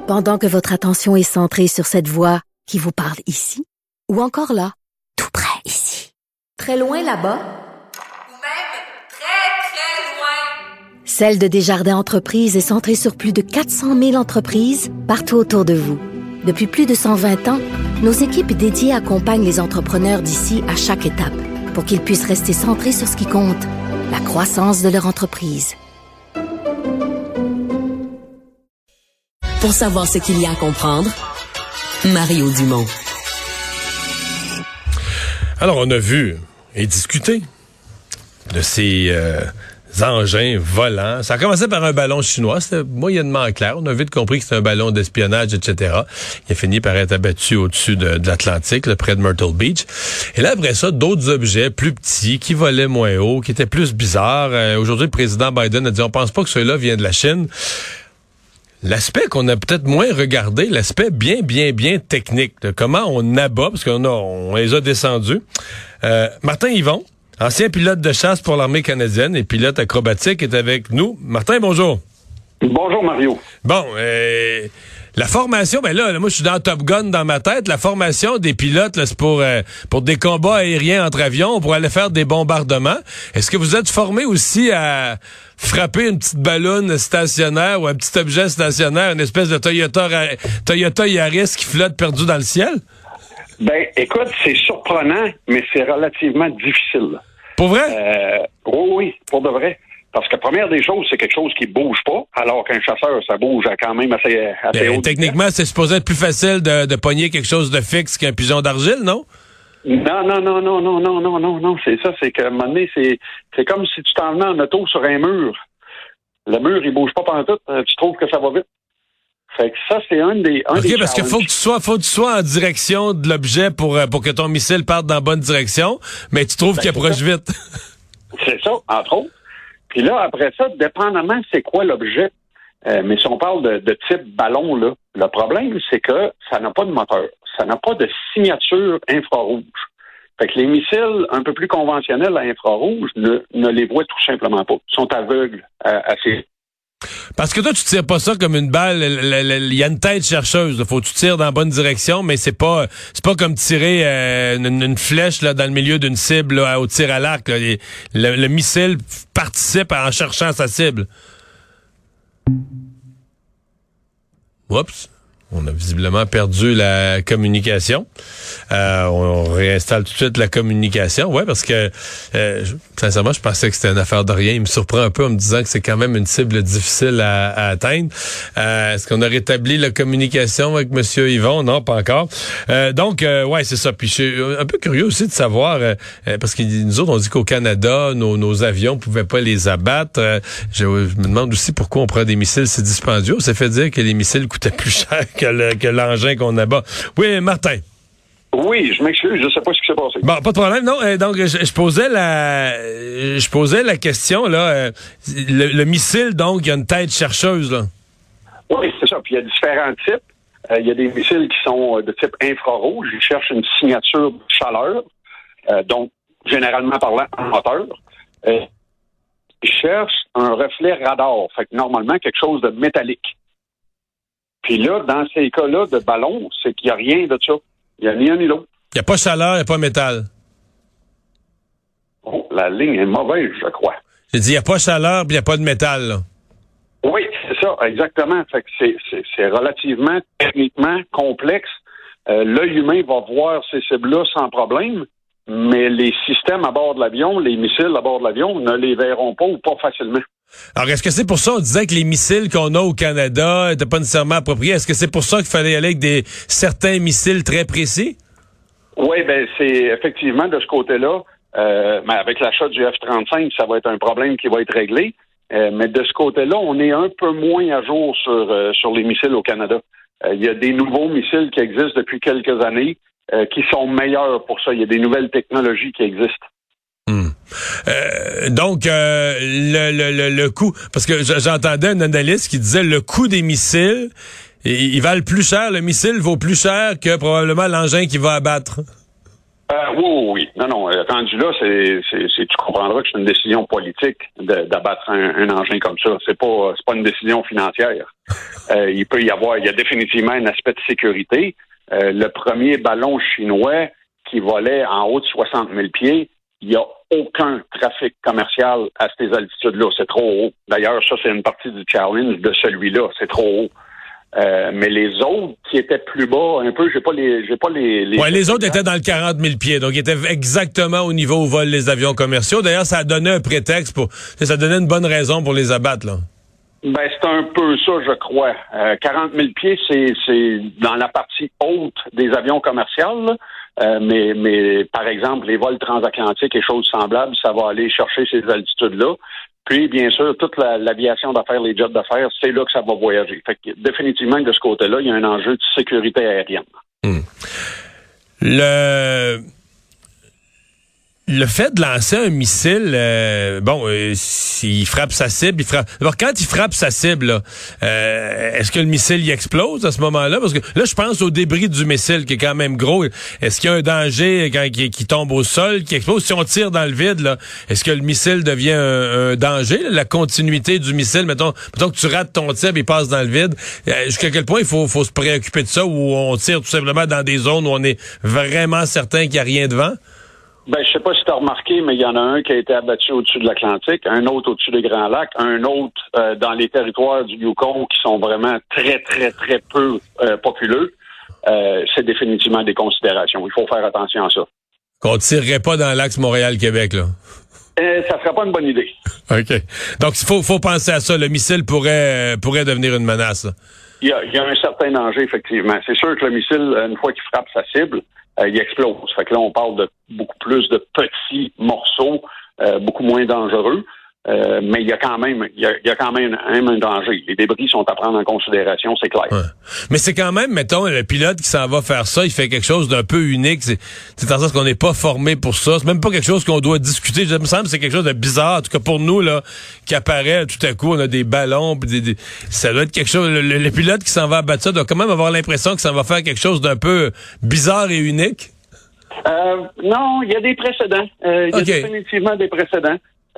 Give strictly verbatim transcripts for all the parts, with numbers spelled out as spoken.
Pendant que votre attention est centrée sur cette voix qui vous parle ici, ou encore là, tout près ici, très loin là-bas, ou même très, très loin, Celle de Desjardins Entreprises est centrée sur plus de quatre cent mille entreprises partout autour de vous. Depuis plus de cent vingt ans, nos équipes dédiées accompagnent les entrepreneurs d'ici à chaque étape pour qu'ils puissent rester centrés sur ce qui compte, la croissance de leur entreprise. Pour savoir ce qu'il y a à comprendre, Mario Dumont. Alors, on a vu et discuté de ces euh, engins volants. Ça a commencé par un ballon chinois. C'était moyennement clair. On a vite compris que c'était un ballon d'espionnage, et cetera. Il a fini par être abattu au-dessus de, de l'Atlantique, là, près de Myrtle Beach. Et là, après ça, d'autres objets plus petits, qui volaient moins haut, qui étaient plus bizarres. Euh, aujourd'hui, le président Biden a dit, on pense pas que ceux-là viennent de la Chine. L'aspect qu'on a peut-être moins regardé, l'aspect bien, bien, bien technique, de comment on abat, parce qu'on a, on les a descendus. Euh, Martin Yvon, ancien pilote de chasse pour l'armée canadienne et pilote acrobatique, est avec nous. Martin, bonjour. Bonjour, Mario. Bon, euh, la formation, ben là, là, moi, je suis dans Top Gun dans ma tête. La formation des pilotes, là, c'est pour, euh, pour des combats aériens entre avions, pour aller faire des bombardements. Est-ce que vous êtes formé aussi à frapper une petite balloune stationnaire ou un petit objet stationnaire, une espèce de Toyota, Toyota Yaris qui flotte perdu dans le ciel? Ben, écoute, c'est surprenant, mais c'est relativement difficile. Pour vrai? Euh, oui, oui, pour de vrai. Parce que première des choses, c'est quelque chose qui bouge pas, alors qu'un chasseur, ça bouge à quand même assez, assez ben, haut. Techniquement, c'est supposé être plus facile de, de pogner quelque chose de fixe qu'un pigeon d'argile, non? Non, non, non, non, non, non, non, non, non, c'est ça, c'est qu'à un moment donné, c'est, c'est comme si tu t'en venais en auto sur un mur. Le mur, il bouge pas pendant tout, tu trouves que ça va vite. Fait que ça, c'est un des un OK, des parce qu'il faut que tu sois, faut que tu sois en direction de l'objet pour, pour que ton missile parte dans la bonne direction, mais tu trouves ben, qu'il approche vite. C'est ça, entre autres. Puis là, après ça, dépendamment c'est quoi l'objet, euh, mais si on parle de, de type ballon, là, le problème, c'est que ça n'a pas de moteur. Ça n'a pas de signature infrarouge. Fait que les missiles un peu plus conventionnels à infrarouge ne, ne les voient tout simplement pas. Ils sont aveugles à, à ces... Parce que toi, tu tires pas ça comme une balle. Il y a une tête chercheuse. Là. Faut que tu tires dans la bonne direction, mais c'est pas c'est pas comme tirer euh, une, une flèche là dans le milieu d'une cible là, au tir à l'arc. Là. Le, le missile participe en cherchant sa cible. Oups. On a visiblement perdu la communication. Euh, on réinstalle tout de suite la communication. Ouais, parce que euh, je, sincèrement, je pensais que c'était une affaire de rien. Il me surprend un peu en me disant que c'est quand même une cible difficile à, à atteindre. Euh, est-ce qu'on a rétabli la communication avec Monsieur Yvon? Non, pas encore. Euh, donc, euh, ouais, c'est ça. Puis je suis un peu curieux aussi de savoir, euh, parce que nous autres, on dit qu'au Canada, nos, nos avions pouvaient pas les abattre. Euh, je, je me demande aussi pourquoi on prend des missiles si dispendieux. On s'est fait dire que les missiles coûtaient plus cher que, le, que l'engin qu'on abat. Oui, Martin. Oui, je m'excuse, je sais pas ce qui s'est passé. Bon, pas de problème, non. Euh, donc, je, je posais la, je posais la question là. Euh, le, le missile, donc, il y a une tête chercheuse là. Oui, c'est ça. Puis il y a différents types. Euh, il y a des missiles qui sont de type infrarouge. Ils cherchent une signature de chaleur, euh, donc généralement parlant un moteur. Euh, ils cherchent un reflet radar, fait que normalement quelque chose de métallique. Puis là, dans ces cas-là de ballon, c'est qu'il n'y a rien de ça. Il n'y a ni un ni l'autre. Il n'y a pas chaleur, il n'y a pas métal. Oh, la ligne est mauvaise, je crois. J'ai dit, il n'y a pas chaleur, puis il n'y a pas de métal, là. Oui, c'est ça, exactement. Fait que c'est, c'est, c'est relativement, techniquement complexe. Euh, l'œil humain va voir ces cibles-là sans problème, mais les systèmes à bord de l'avion, les missiles à bord de l'avion, ne les verront pas ou pas facilement. Alors, est-ce que c'est pour ça qu'on disait que les missiles qu'on a au Canada n'étaient pas nécessairement appropriés? Est-ce que c'est pour ça qu'il fallait aller avec des certains missiles très précis? Oui, ben c'est effectivement de ce côté-là. Euh, mais avec l'achat du F trente-cinq, ça va être un problème qui va être réglé. Euh, mais de ce côté-là, on est un peu moins à jour sur euh, sur les missiles au Canada. Euh, il y a des nouveaux missiles qui existent depuis quelques années euh, qui sont meilleurs pour ça. Il y a des nouvelles technologies qui existent. Hmm. Euh, donc, euh, le, le, le, le coût, parce que j'entendais un analyste qui disait le coût des missiles, ils valent plus cher, le missile vaut plus cher que probablement l'engin qui va abattre. Euh, oui, oui, oui. Non, non. euh, Rendu là, c'est, c'est, c'est, tu comprendras que c'est une décision politique de, d'abattre un, un engin comme ça. C'est pas, c'est pas une décision financière. Euh, il peut y avoir, il y a définitivement un aspect de sécurité. Euh, le premier ballon chinois qui volait en haut de soixante mille pieds, il n'y a aucun trafic commercial à ces altitudes-là. C'est trop haut. D'ailleurs, ça, c'est une partie du challenge de celui-là. C'est trop haut. Euh, mais les autres qui étaient plus bas, un peu, j'ai pas les, j'ai pas les. les ouais, les autres étaient dans le quarante mille pieds, donc ils étaient exactement au niveau où volent les avions commerciaux. D'ailleurs, ça a donné un prétexte pour, ça donnait une bonne raison pour les abattre, là. Ben, c'est un peu ça, je crois. Euh, quarante mille pieds, c'est, c'est dans la partie haute des avions commerciaux, là. Euh, mais, mais, par exemple, les vols transatlantiques et choses semblables, ça va aller chercher ces altitudes-là. Puis, bien sûr, toute la, l'aviation d'affaires, les jets d'affaires, c'est là que ça va voyager. Fait que, définitivement, de ce côté-là, il y a un enjeu de sécurité aérienne. Hum. Le... Le fait de lancer un missile, euh, bon, euh, s'il frappe sa cible, il frappe. Alors, quand il frappe sa cible, là, euh, est-ce que le missile y explose à ce moment-là? Parce que là, je pense au débris du missile qui est quand même gros. Est-ce qu'il y a un danger quand qui, qui tombe au sol, qui explose? Si on tire dans le vide, là, est-ce que le missile devient un, un danger? Là, la continuité du missile, mettons, mettons que tu rates ton tir, il passe dans le vide. Euh, jusqu'à quel point il faut, faut se préoccuper de ça, où on tire tout simplement dans des zones où on est vraiment certain qu'il n'y a rien devant? Ben, je sais pas si tu as remarqué, mais il y en a un qui a été abattu au-dessus de l'Atlantique, un autre au-dessus des Grands Lacs, un autre euh, dans les territoires du Yukon qui sont vraiment très, très, très peu euh, populeux. Euh, c'est définitivement des considérations. Il faut faire attention à ça. Qu'on tirerait pas dans l'axe Montréal-Québec, là? Euh, ça serait pas une bonne idée. OK. Donc, il faut, faut penser à ça. Le missile pourrait, euh, pourrait devenir une menace, là. Il y a, il y a un certain danger, effectivement. C'est sûr que le missile, une fois qu'il frappe sa cible, Euh, il explose. Fait que là, on parle de beaucoup plus de petits morceaux, euh, beaucoup moins dangereux. Euh, mais il y a quand même, il y a, il y a quand même, même un danger. Les débris sont à prendre en considération, c'est clair. Ouais. Mais c'est quand même, mettons, le pilote qui s'en va faire ça, il fait quelque chose d'un peu unique. C'est, c'est dans le sens qu'on n'est pas formé pour ça. C'est même pas quelque chose qu'on doit discuter. Je me semble que c'est quelque chose de bizarre. En tout cas, pour nous, là, qui apparaît tout à coup, on a des ballons, pis des, des, ça doit être quelque chose. Le, le, le pilote qui s'en va abattre ça doit quand même avoir l'impression que ça va faire quelque chose d'un peu bizarre et unique. Euh, non, il y a des précédents. Euh, il y a okay. définitivement des précédents.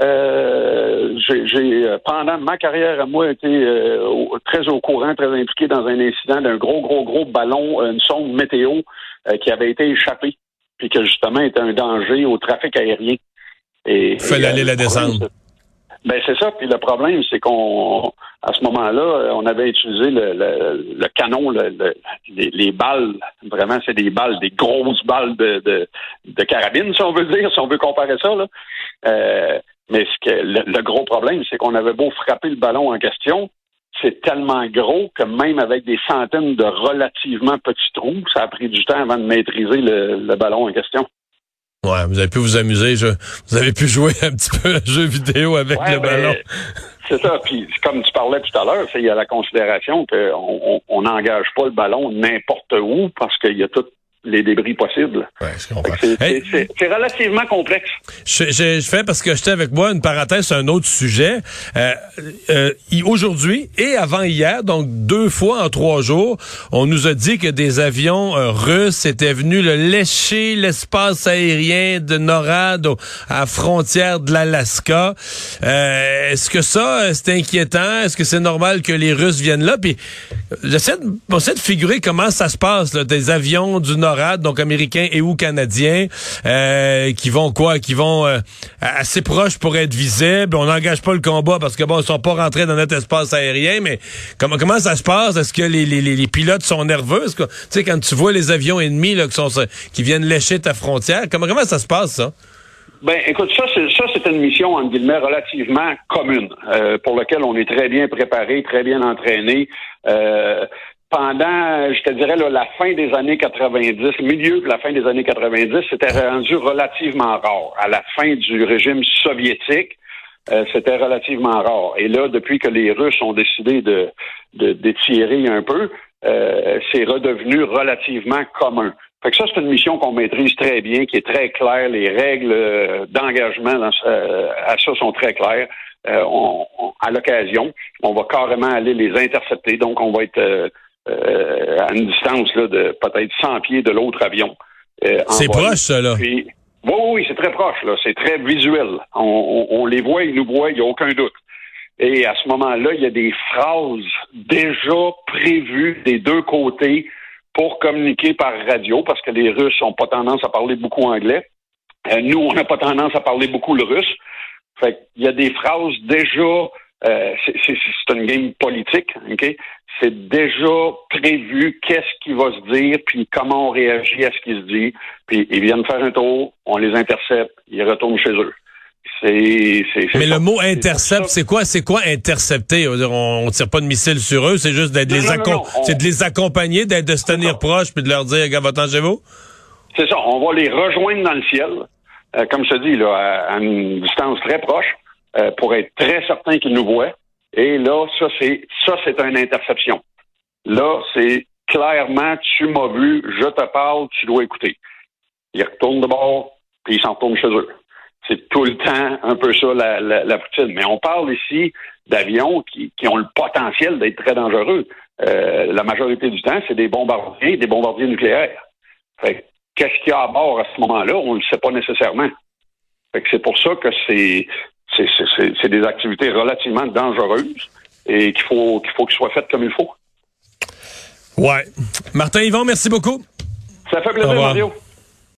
Euh, j'ai, j'ai pendant ma carrière à moi été euh, au, très au courant, très impliqué dans un incident d'un gros, gros, gros ballon, une sonde météo euh, qui avait été échappée, puis que justement était un danger au trafic aérien. Et, il fallait aller la descendre. Ben c'est ça. Puis le problème, c'est qu'on, à ce moment-là, on avait utilisé le, le, le canon, le, le, les, les balles. Vraiment, c'est des balles, des grosses balles de, de, de carabine, si on veut dire, si on veut comparer ça, là. Euh, mais ce que le, le gros problème, c'est qu'on avait beau frapper le ballon en question, c'est tellement gros que même avec des centaines de relativement petits trous, ça a pris du temps avant de maîtriser le, le ballon en question. Ouais, vous avez pu vous amuser, je, vous avez pu jouer un petit peu à un jeu vidéo avec ouais, le ballon. C'est ça, puis comme tu parlais tout à l'heure, il y a la considération qu'on on n'engage pas le ballon n'importe où parce qu'il y a tout les débris possibles. Ouais, je comprends. C'est, hey, c'est, c'est, c'est relativement complexe. Je, je, je fais parce que j'étais avec moi une parenthèse sur un autre sujet. Euh, euh, aujourd'hui et avant hier, donc deux fois en trois jours, on nous a dit que des avions euh, russes étaient venus le lécher l'espace aérien de NORAD au, à la frontière de l'Alaska. Euh, est-ce que ça, c'est inquiétant? Est-ce que c'est normal que les Russes viennent là? Puis j'essaie de, j'essaie de figurer comment ça se passe, là, des avions du NORAD, donc américains et ou canadiens, euh, qui vont quoi, qui vont euh, assez proches pour être visibles. On n'engage pas le combat parce que bon, ils sont pas rentrés dans notre espace aérien, mais comment comment ça se passe? Est-ce que les, les, les pilotes sont nerveux? Tu sais, quand tu vois les avions ennemis là, qui sont qui viennent lécher ta frontière, comment comment ça se passe, ça? Ben, écoute, ça, c'est, ça, c'est une mission, entre guillemets, relativement commune, euh, pour laquelle on est très bien préparé, très bien entraîné. Euh, Pendant, je te dirais, là, la fin des années quatre-vingt-dix, milieu de la fin des années quatre-vingt-dix, c'était rendu relativement rare. À la fin du régime soviétique, euh, c'était relativement rare. Et là, depuis que les Russes ont décidé de, de d'étirer un peu, euh, c'est redevenu relativement commun. Fait que ça, c'est une mission qu'on maîtrise très bien, qui est très claire. Les règles euh, d'engagement dans ça, euh, à ça sont très claires. Euh, on, on, à l'occasion, on va carrément aller les intercepter. Donc, on va être... Euh, Euh, à une distance là, de peut-être cent pieds de l'autre avion. Euh, c'est vol. proche, ça, là. Puis, oui, oui, oui, c'est très proche, là. C'est très visuel. On, on, on les voit, ils nous voient, il n'y a aucun doute. Et à ce moment-là, il y a des phrases déjà prévues des deux côtés pour communiquer par radio, parce que les Russes n'ont pas tendance à parler beaucoup anglais. Euh, nous, on n'a pas tendance à parler beaucoup le russe. Fait qu'il y a des phrases déjà... Euh, c'est, c'est, c'est une game politique, OK? C'est déjà prévu qu'est-ce qui va se dire, puis comment on réagit à ce qui se dit. Puis ils viennent faire un tour, on les intercepte, ils retournent chez eux. C'est, c'est, c'est Mais ça. le mot intercept, c'est quoi? C'est quoi intercepter? On, on tire pas de missiles sur eux, c'est juste d'être non, les non, accom- non, non, on... c'est de les accompagner, d'être de se tenir proches, puis de leur dire, gars, va-t'en chez vous? C'est ça, on va les rejoindre dans le ciel, euh, comme je te dis, là, à, à une distance très proche, euh, pour être très certain qu'ils nous voient. Et là, ça, c'est ça, c'est une interception. Là, c'est clairement, tu m'as vu, je te parle, tu dois écouter. Ils retournent de bord, puis ils s'en retournent chez eux. C'est tout le temps un peu ça, la, la, la routine. Mais on parle ici d'avions qui, qui ont le potentiel d'être très dangereux. Euh, la majorité du temps, c'est des bombardiers, des bombardiers nucléaires. Fait que, qu'est-ce qu'il y a à bord à ce moment-là? On ne le sait pas nécessairement. Fait que c'est pour ça que c'est, c'est, c'est, c'est, c'est des activités relativement dangereuses et qu'il faut, qu'il faut qu'elles soient faites comme il faut. Ouais. Martin Yvon, merci beaucoup. Ça fait plaisir, Mario.